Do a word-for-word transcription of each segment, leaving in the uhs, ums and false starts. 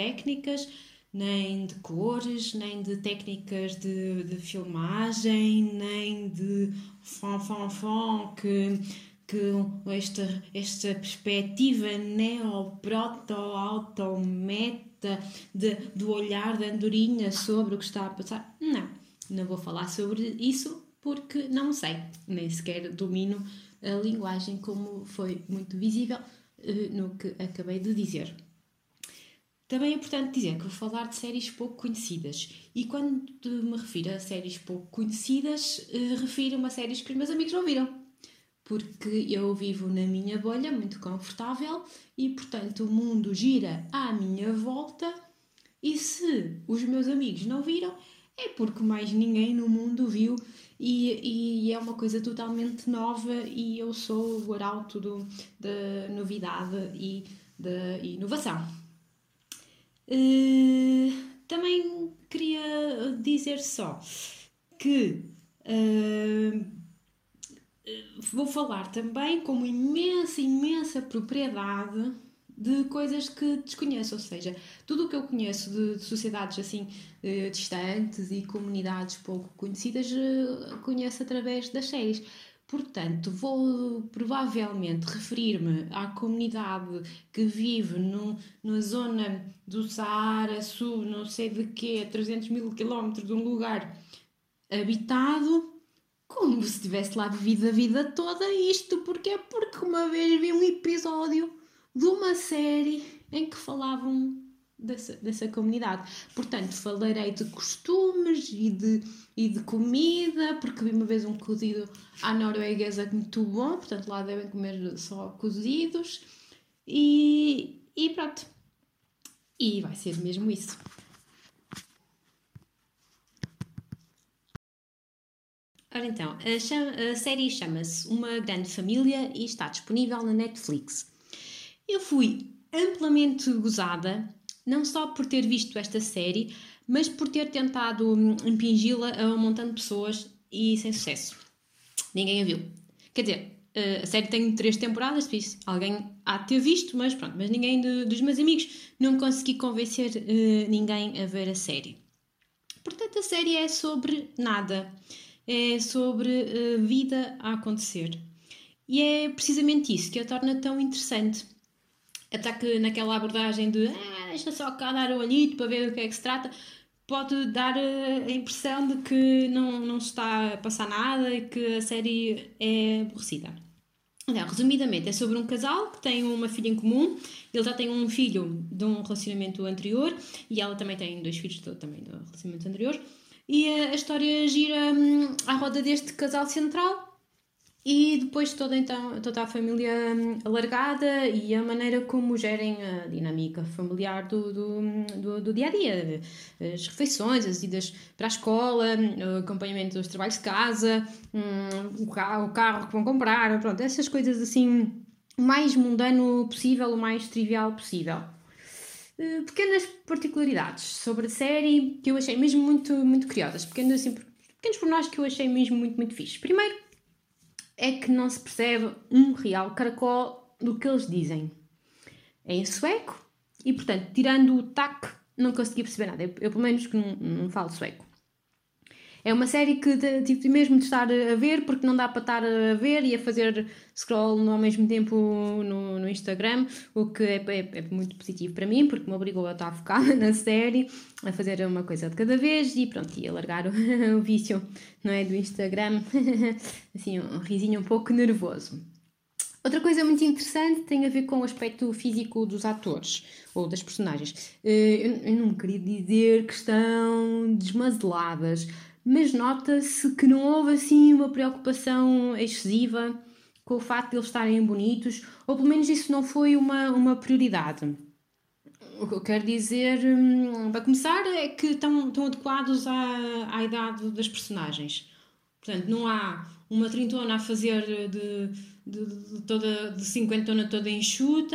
técnicas, nem de cores, nem de técnicas de, de filmagem, nem de fon, fon, fon, que, que esta, esta perspectiva neo-proto-auto-meta de, do olhar da andorinha sobre o que está a passar. Não, não vou falar sobre isso porque não sei, nem sequer domino a linguagem, como foi muito visível uh, no que acabei de dizer. Também é importante dizer que vou falar de séries pouco conhecidas. E quando me refiro a séries pouco conhecidas, uh, refiro-me a séries que os meus amigos não viram. Porque eu vivo na minha bolha, muito confortável, e portanto o mundo gira à minha volta. E se os meus amigos não viram, é porque mais ninguém no mundo viu. E, e é uma coisa totalmente nova e eu sou o arauto do, da novidade e da inovação. Uh, também queria dizer só que uh, vou falar também com uma imensa, imensa propriedade de coisas que desconheço, ou seja, tudo o que eu conheço de, de sociedades assim eh, distantes e comunidades pouco conhecidas eh, conheço através das séries. Portanto, vou provavelmente referir-me à comunidade que vive no, na zona do Saara Sul, não sei de quê, a trezentos mil quilómetros de um lugar habitado, como se tivesse lá vivido a vida toda. Isto porque porque uma vez vi um episódio de uma série em que falavam dessa, dessa comunidade. Portanto, falarei de costumes e de, e de comida, porque vi uma vez um cozido à norueguesa muito bom, portanto lá devem comer só cozidos. E, e pronto. E vai ser mesmo isso. Ora então, a, chama, a série chama-se Uma Grande Família e está disponível na Netflix. Eu fui amplamente gozada, não só por ter visto esta série, mas por ter tentado impingi-la a um montão de pessoas e sem sucesso. Ninguém a viu. Quer dizer, a série tem três temporadas, alguém há de ter visto, mas pronto, mas ninguém de, dos meus amigos não consegui convencer uh, ninguém a ver a série. Portanto, a série é sobre nada. É sobre uh, vida a acontecer. E é precisamente isso que a torna tão interessante. Até que naquela abordagem de ah, deixa só cá dar o olhito para ver do que é que se trata, pode dar a impressão de que não, não se está a passar nada e que a série é aborrecida. Então, resumidamente, é sobre um casal que tem uma filha em comum. Ele já tem um filho de um relacionamento anterior e ela também tem dois filhos do, também do relacionamento anterior. E a, a história gira hum, à roda deste casal central e depois toda, então, toda a família hum, alargada e a maneira como gerem a dinâmica familiar do, do, do, do dia-a-dia. As refeições, as idas para a escola, o acompanhamento dos trabalhos de casa, hum, o, carro, o carro que vão comprar, pronto, essas coisas assim, o mais mundano possível, o mais trivial possível. Pequenas particularidades sobre a série que eu achei mesmo muito, muito curiosas. Pequenos, assim, pequenos pormenores que eu achei mesmo muito, muito fixe. Primeiro, é que não se percebe um real caracol do que eles dizem. É em sueco e, portanto, tirando o tac, não consegui perceber nada. Eu, eu pelo menos, que não, não falo sueco. É uma série que tive mesmo de estar a ver, porque não dá para estar a ver e a fazer scroll ao mesmo tempo no, no Instagram, o que é, é, é muito positivo para mim, porque me obrigou a estar focada na série, a fazer uma coisa de cada vez e pronto, e a largar o, o vício, não é, do Instagram, assim, um risinho um pouco nervoso. Outra coisa muito interessante tem a ver com o aspecto físico dos atores, ou das personagens. Eu, eu não queria dizer que estão desmazeladas, mas nota-se que não houve assim uma preocupação excessiva com o facto de eles estarem bonitos, ou pelo menos isso não foi uma, uma prioridade. O que eu quero dizer, para começar, é que estão, estão adequados à, à idade das personagens. Portanto, não há uma trintona a fazer de, de, de, toda, de cinquentona toda enxuta.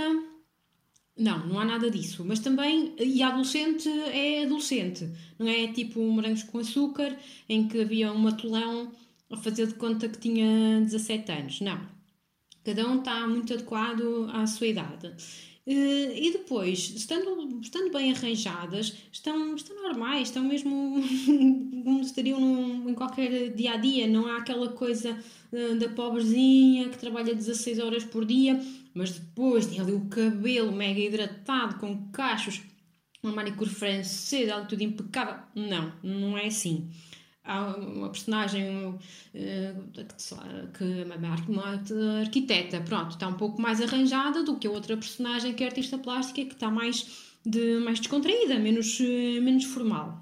Não, não há nada disso. Mas também, e a adolescente é adolescente. Não é tipo morangos com açúcar, em que havia um matulão a fazer de conta que tinha dezassete anos. Não. Cada um está muito adequado à sua idade. Uh, e depois, estando, estando bem arranjadas, estão, estão normais, estão mesmo como estariam num, em qualquer dia a dia. Não há aquela coisa uh, da pobrezinha que trabalha dezasseis horas por dia, mas depois tem ali o cabelo mega hidratado, com cachos, uma manicure francesa, ela tudo impecável. Não, não é assim. Há uma personagem uh, que uma arquiteta, pronto, está um pouco mais arranjada do que a outra personagem que é artista plástica, que está mais, de, mais descontraída, menos, uh, menos formal.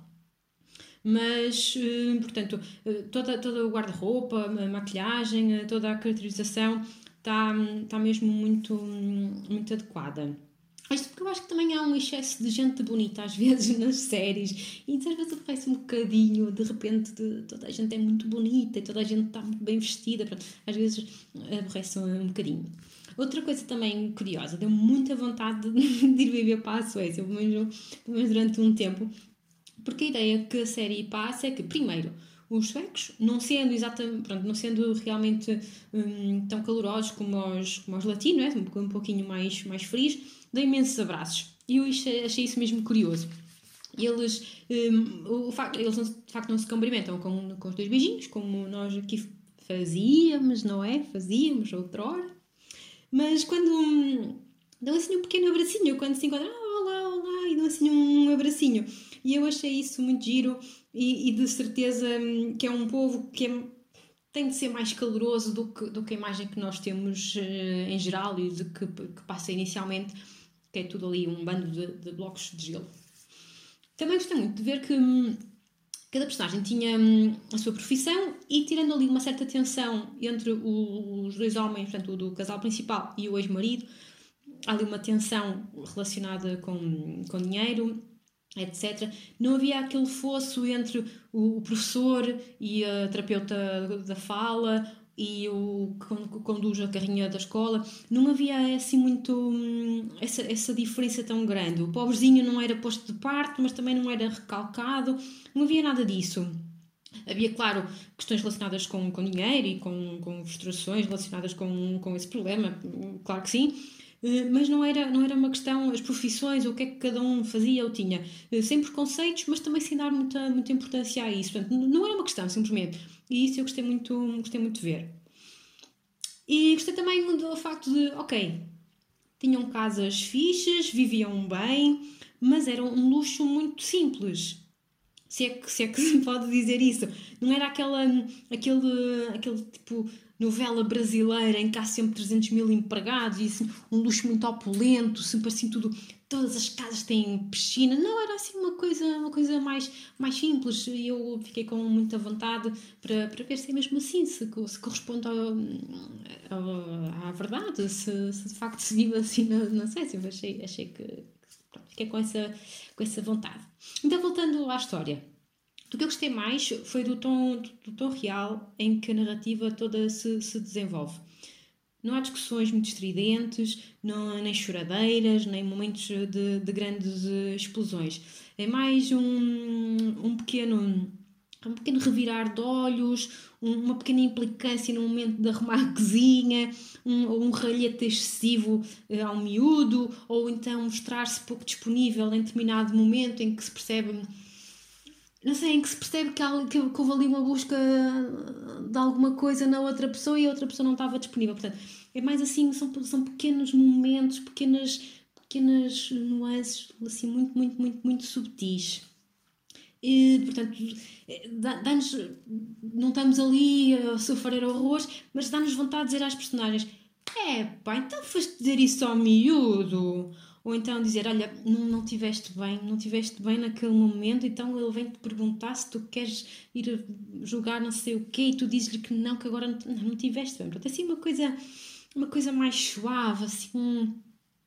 Mas, uh, portanto, uh, toda, toda o guarda-roupa, a maquilhagem, uh, toda a caracterização está, está mesmo muito, muito adequada. Isto porque eu acho que também há um excesso de gente bonita às vezes nas séries e às vezes aborrece um bocadinho, de repente de, toda a gente é muito bonita e toda a gente está muito bem vestida, pronto, às vezes aborrece um, um bocadinho. Outra coisa também curiosa, deu muita vontade de, de ir viver para a Suécia, pelo menos, pelo menos durante um tempo, porque a ideia que a série passa é que, primeiro, os suecos, não sendo exatamente, pronto, não sendo realmente hum, tão calorosos como os, como os latinos, né? um, um pouquinho mais, mais frios, dão imensos abraços. E eu achei, achei isso mesmo curioso. Eles, um, o facto, eles de facto não se cumprimentam com, com os dois beijinhos, como nós aqui fazíamos, não é? Fazíamos outrora. Mas quando um, dão assim um pequeno abracinho, quando se encontram, ah, olá, olá, e dão assim um abracinho. E eu achei isso muito giro e, e de certeza que é um povo que é, tem de ser mais caloroso do que, do que a imagem que nós temos uh, em geral e de que, que passa inicialmente, que é tudo ali um bando de, de blocos de gelo. Também gostei muito de ver que hum, cada personagem tinha hum, a sua profissão e tirando ali uma certa tensão entre o, os dois homens, portanto o do casal principal e o ex-marido, há ali uma tensão relacionada com, com dinheiro, etcétera. Não havia aquele fosso entre o professor e a terapeuta da fala e o que conduz a carrinha da escola. Não havia assim muito essa, essa diferença tão grande. O pobrezinho não era posto de parte, mas também não era recalcado. Não havia nada disso. Havia, claro, questões relacionadas com, com dinheiro e com, com frustrações relacionadas com, com esse problema, claro que sim. Mas não era, não era uma questão, as profissões, o que é que cada um fazia ou tinha, sem preconceitos, mas também sem dar muita, muita importância a isso. Portanto, não era uma questão, simplesmente. E isso eu gostei muito, gostei muito de ver. E gostei também do facto de, ok, tinham casas fixas, viviam bem, mas era um luxo muito simples. Se é que se, é que se pode dizer isso. Não era aquela, aquele, aquele tipo novela brasileira em que há sempre trezentos mil empregados e assim, um luxo muito opulento, sempre assim tudo, todas as casas têm piscina. Não, era assim uma coisa, uma coisa mais, mais simples e eu fiquei com muita vontade para, para ver se é mesmo assim, se, se corresponde ao, ao, à verdade, se, se de facto se vive assim na, na Suécia. Eu achei, achei que pronto, fiquei com essa, com essa vontade. Então, voltando à história. O que eu gostei mais foi do tom, do tom real em que a narrativa toda se, se desenvolve. Não há discussões muito estridentes, não, nem choradeiras, nem momentos de, de grandes explosões. É mais um, um, pequeno, um pequeno revirar de olhos, uma pequena implicância no momento de arrumar a cozinha, um, um ralhete excessivo uh, ao miúdo, ou então mostrar-se pouco disponível em determinado momento em que se percebe... Não sei, em que se percebe que, há, que houve ali uma busca de alguma coisa na outra pessoa e a outra pessoa não estava disponível. Portanto, é mais assim, são, são pequenos momentos, pequenas, pequenas nuances, assim, muito, muito, muito, muito subtis. E, portanto, dá-nos, não estamos ali a sofrer horrores, mas dá-nos vontade de dizer às personagens: é pá, então foste dizer isso ao miúdo. Ou então dizer, olha, não, não tiveste bem, não tiveste bem naquele momento, então ele vem-te perguntar se tu queres ir jogar não sei o quê e tu dizes-lhe que não, que agora não, não tiveste bem. Portanto, assim uma coisa, uma coisa mais suave, assim, um,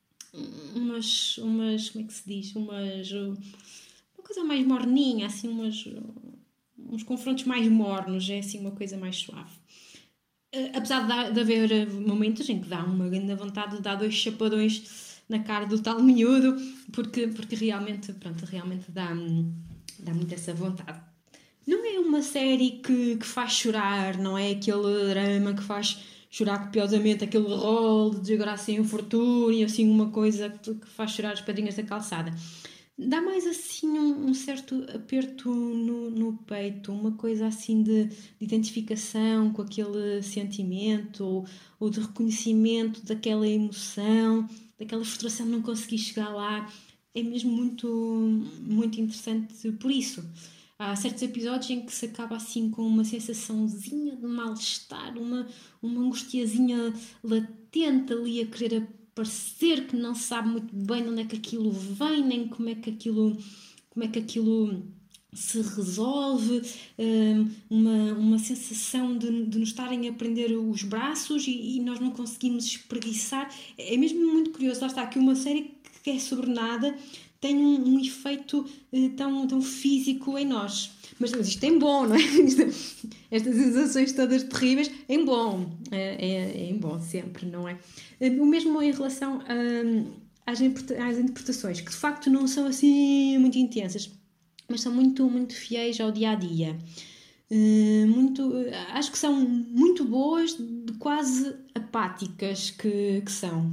umas, umas, como é que se diz? Umas, uma coisa mais morninha, assim, umas, uns confrontos mais mornos, é assim uma coisa mais suave. Apesar de, dar, de haver momentos em que dá uma grande vontade de dar dois chapadões na cara do tal miúdo, porque, porque realmente, pronto, realmente dá, dá muito essa vontade. Não é uma série que, que faz chorar, não é aquele drama que faz chorar copiosamente, aquele rol de desgraça e infortúnio, assim uma coisa que, que faz chorar as pedrinhas da calçada. Dá mais assim um, um certo aperto no, no peito, uma coisa assim de, de identificação com aquele sentimento ou, ou de reconhecimento daquela emoção, daquela frustração de não conseguir chegar lá. É mesmo muito, muito interessante por isso. Há certos episódios em que se acaba assim com uma sensaçãozinha de mal-estar, uma, uma angustiazinha latente ali a querer parecer que não sabe muito bem de onde é que aquilo vem, nem como é que aquilo, como é que aquilo se resolve, uma, uma sensação de, de nos estarem a prender os braços e, e nós não conseguimos espreguiçar. É mesmo muito curioso, lá está, que uma série que é sobre nada tem um, um efeito uh, tão, tão físico em nós. Mas, mas isto é bom, não é? Estas sensações todas terríveis, é bom. É, é, é bom sempre, não é? O mesmo em relação uh, às, às interpretações, que de facto não são assim muito intensas, mas são muito, muito fiéis ao dia-a-dia. Uh, muito, uh, acho que são muito boas, de quase apáticas que, que são.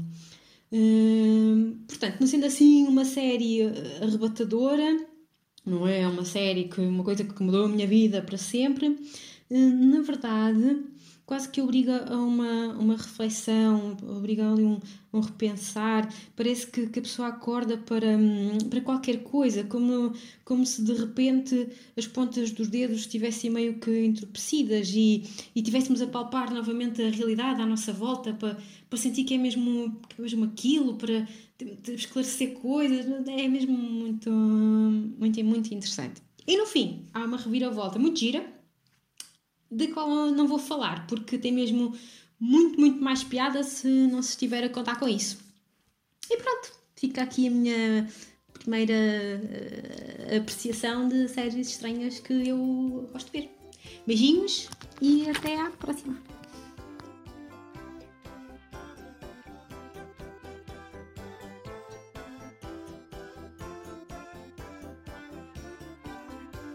Hum, portanto, não sendo assim uma série arrebatadora, não é uma série que uma coisa que mudou a minha vida para sempre, hum, na verdade quase que obriga a uma, uma reflexão, obriga ali um, um repensar. Parece que, que a pessoa acorda para, para qualquer coisa, como, como se de repente as pontas dos dedos estivessem meio que entorpecidas e, e tivéssemos a palpar novamente a realidade à nossa volta para, para sentir que é mesmo, que é mesmo aquilo, para esclarecer coisas. É mesmo muito, muito, muito interessante. E no fim, há uma reviravolta muito gira, da qual não vou falar, porque tem mesmo muito, muito mais piada se não se estiver a contar com isso. E pronto, fica aqui a minha primeira uh, apreciação de séries estranhas que eu gosto de ver. Beijinhos e até à próxima!